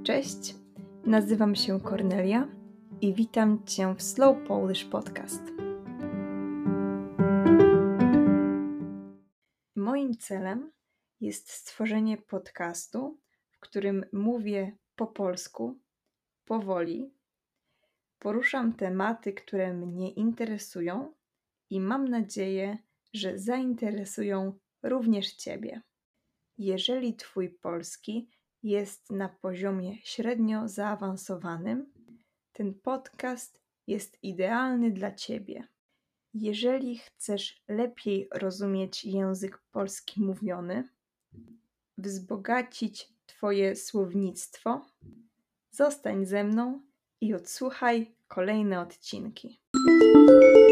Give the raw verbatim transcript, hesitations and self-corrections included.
Cześć, nazywam się Kornelia i witam Cię w Slow Polish Podcast. Moim celem jest stworzenie podcastu, w którym mówię po polsku, powoli, poruszam tematy, które mnie interesują i mam nadzieję, że zainteresują również Ciebie. Jeżeli Twój polski jest na poziomie średnio zaawansowanym, ten podcast jest idealny dla Ciebie. Jeżeli chcesz lepiej rozumieć język polski mówiony, wzbogacić Twoje słownictwo, zostań ze mną i odsłuchaj kolejne odcinki.